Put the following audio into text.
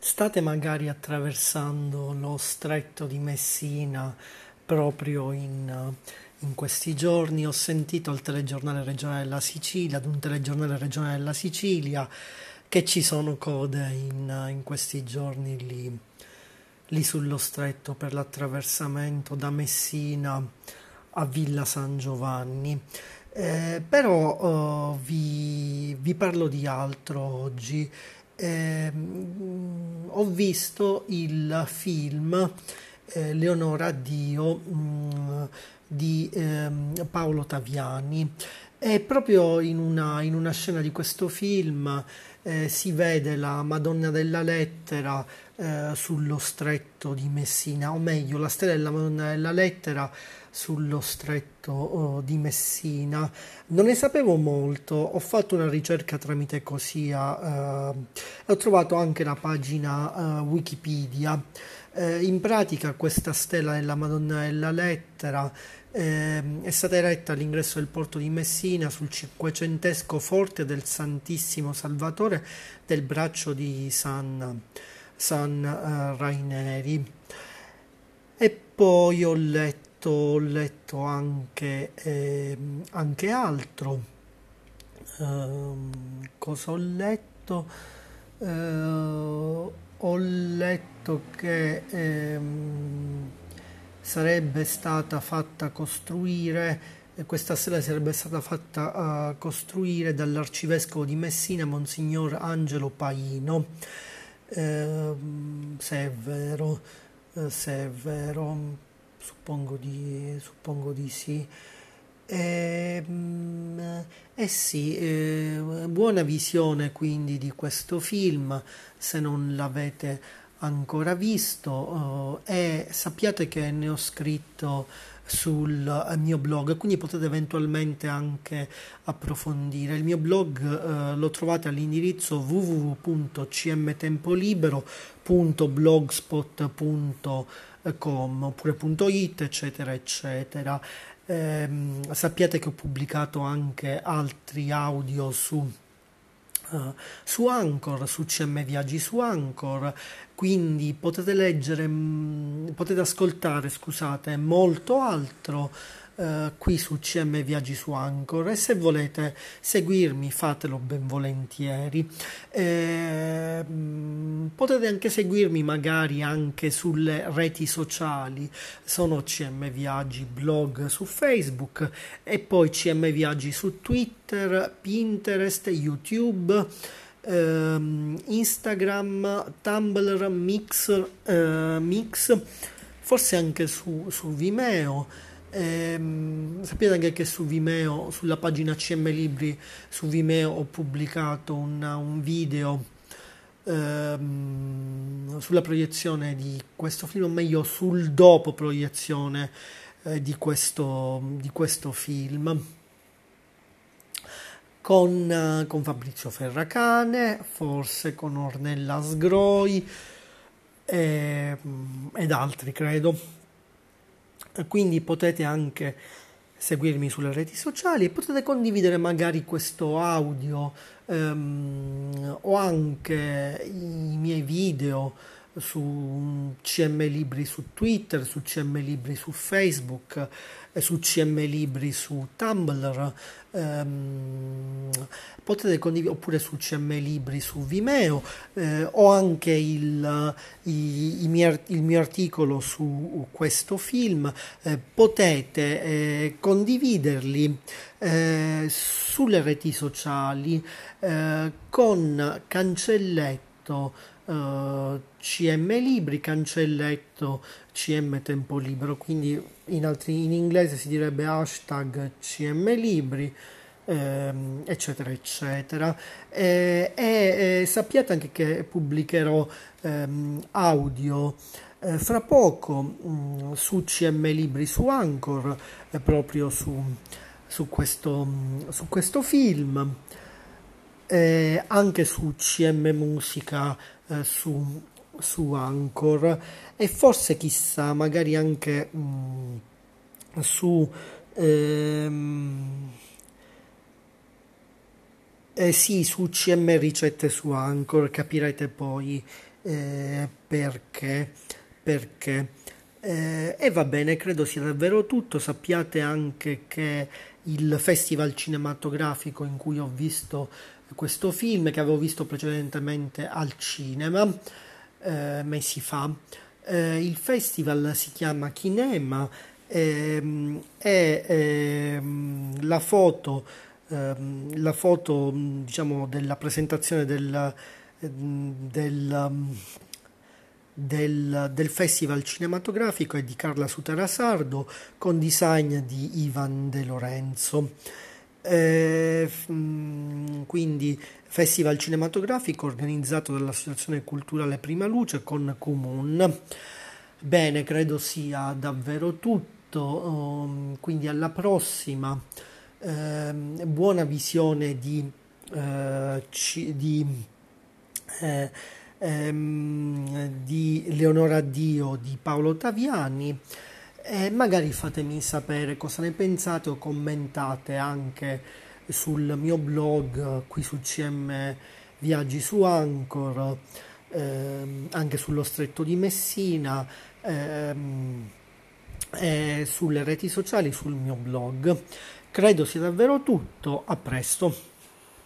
State magari attraversando lo stretto di Messina proprio in questi giorni. Ho sentito al telegiornale regionale della Sicilia, ad un telegiornale regionale della Sicilia, che ci sono code in questi giorni lì sullo stretto per l'attraversamento da Messina a Villa San Giovanni. Però vi parlo di altro oggi. Ho visto il film Leonora Dio di Paolo Taviani, e proprio in una scena di questo film si vede la Madonna della Lettera sullo stretto di Messina, o meglio, la stella della Madonna della Lettera sullo stretto di Messina. Non ne sapevo molto, ho fatto una ricerca tramite Cosia e ho trovato anche la pagina Wikipedia. In pratica questa stella della Madonna della Lettera è stata eretta all'ingresso del porto di Messina sul cinquecentesco forte del Santissimo Salvatore del braccio di San Raineri. E poi ho letto anche altro. Cosa ho letto? Ho letto che sarebbe stata fatta costruire, questa stella sarebbe stata fatta costruire dall'arcivescovo di Messina, Monsignor Angelo Paino, se è vero, se è vero, suppongo di sì. Sì, buona visione quindi di questo film, se non l'avete ancora visto, e sappiate che ne ho scritto sul mio blog, quindi potete eventualmente anche approfondire. Il mio blog lo trovate all'indirizzo www.cmtempolibero.blogspot.com oppure .it, eccetera eccetera. Sappiate che ho pubblicato anche altri audio su Anchor, su CM Viaggi su Anchor, quindi potete leggere, potete ascoltare, scusate, molto altro qui su CM Viaggi su Anchor, e se volete seguirmi fatelo ben volentieri. Potete anche seguirmi magari anche sulle reti sociali, sono CM Viaggi blog su Facebook e poi CM Viaggi su Twitter, Pinterest, YouTube, Instagram, Tumblr, Mix, forse anche su Vimeo. Sapete anche che su Vimeo, sulla pagina CM Libri su Vimeo, ho pubblicato un video sulla proiezione di questo film, o meglio sul dopo proiezione di questo film, con Fabrizio Ferracane, forse con Ornella Sgroi ed altri, credo. Quindi potete anche seguirmi sulle reti sociali e potete condividere magari questo audio o anche i miei video su CM Libri su Twitter, su CM Libri su Facebook, su CM Libri su Tumblr. Potete condividere oppure su CM Libri su Vimeo. Ho anche il mio articolo su questo film. Potete condividerli sulle reti sociali con cancelletto CM Libri, cancelletto CM Tempo Libero, quindi in inglese si direbbe hashtag CM Libri, eccetera eccetera. Sappiate anche che pubblicherò audio fra poco su CM Libri su Anchor, proprio su questo film, anche su CM Musica su Anchor, e forse chissà magari anche su ehm, sì, su CM Ricette su Anchor, capirete poi perché e va bene, credo sia davvero tutto. Sappiate anche che il festival cinematografico in cui ho visto questo film, che avevo visto precedentemente al cinema mesi fa, il festival si chiama Kinema, la foto diciamo della presentazione del, del Festival cinematografico è di Carla Sutera Sardo con design di Ivan De Lorenzo. Quindi Festival cinematografico organizzato dall'Associazione Culturale Prima Luce con Cumun. Bene, credo sia davvero tutto. Quindi alla prossima. Buona visione eh, di Leonora Dio di Paolo Taviani. E magari fatemi sapere cosa ne pensate o commentate anche sul mio blog qui su CM Viaggi su Anchor, anche sullo Stretto di Messina, e sulle reti sociali sul mio blog. Credo sia davvero tutto, a presto.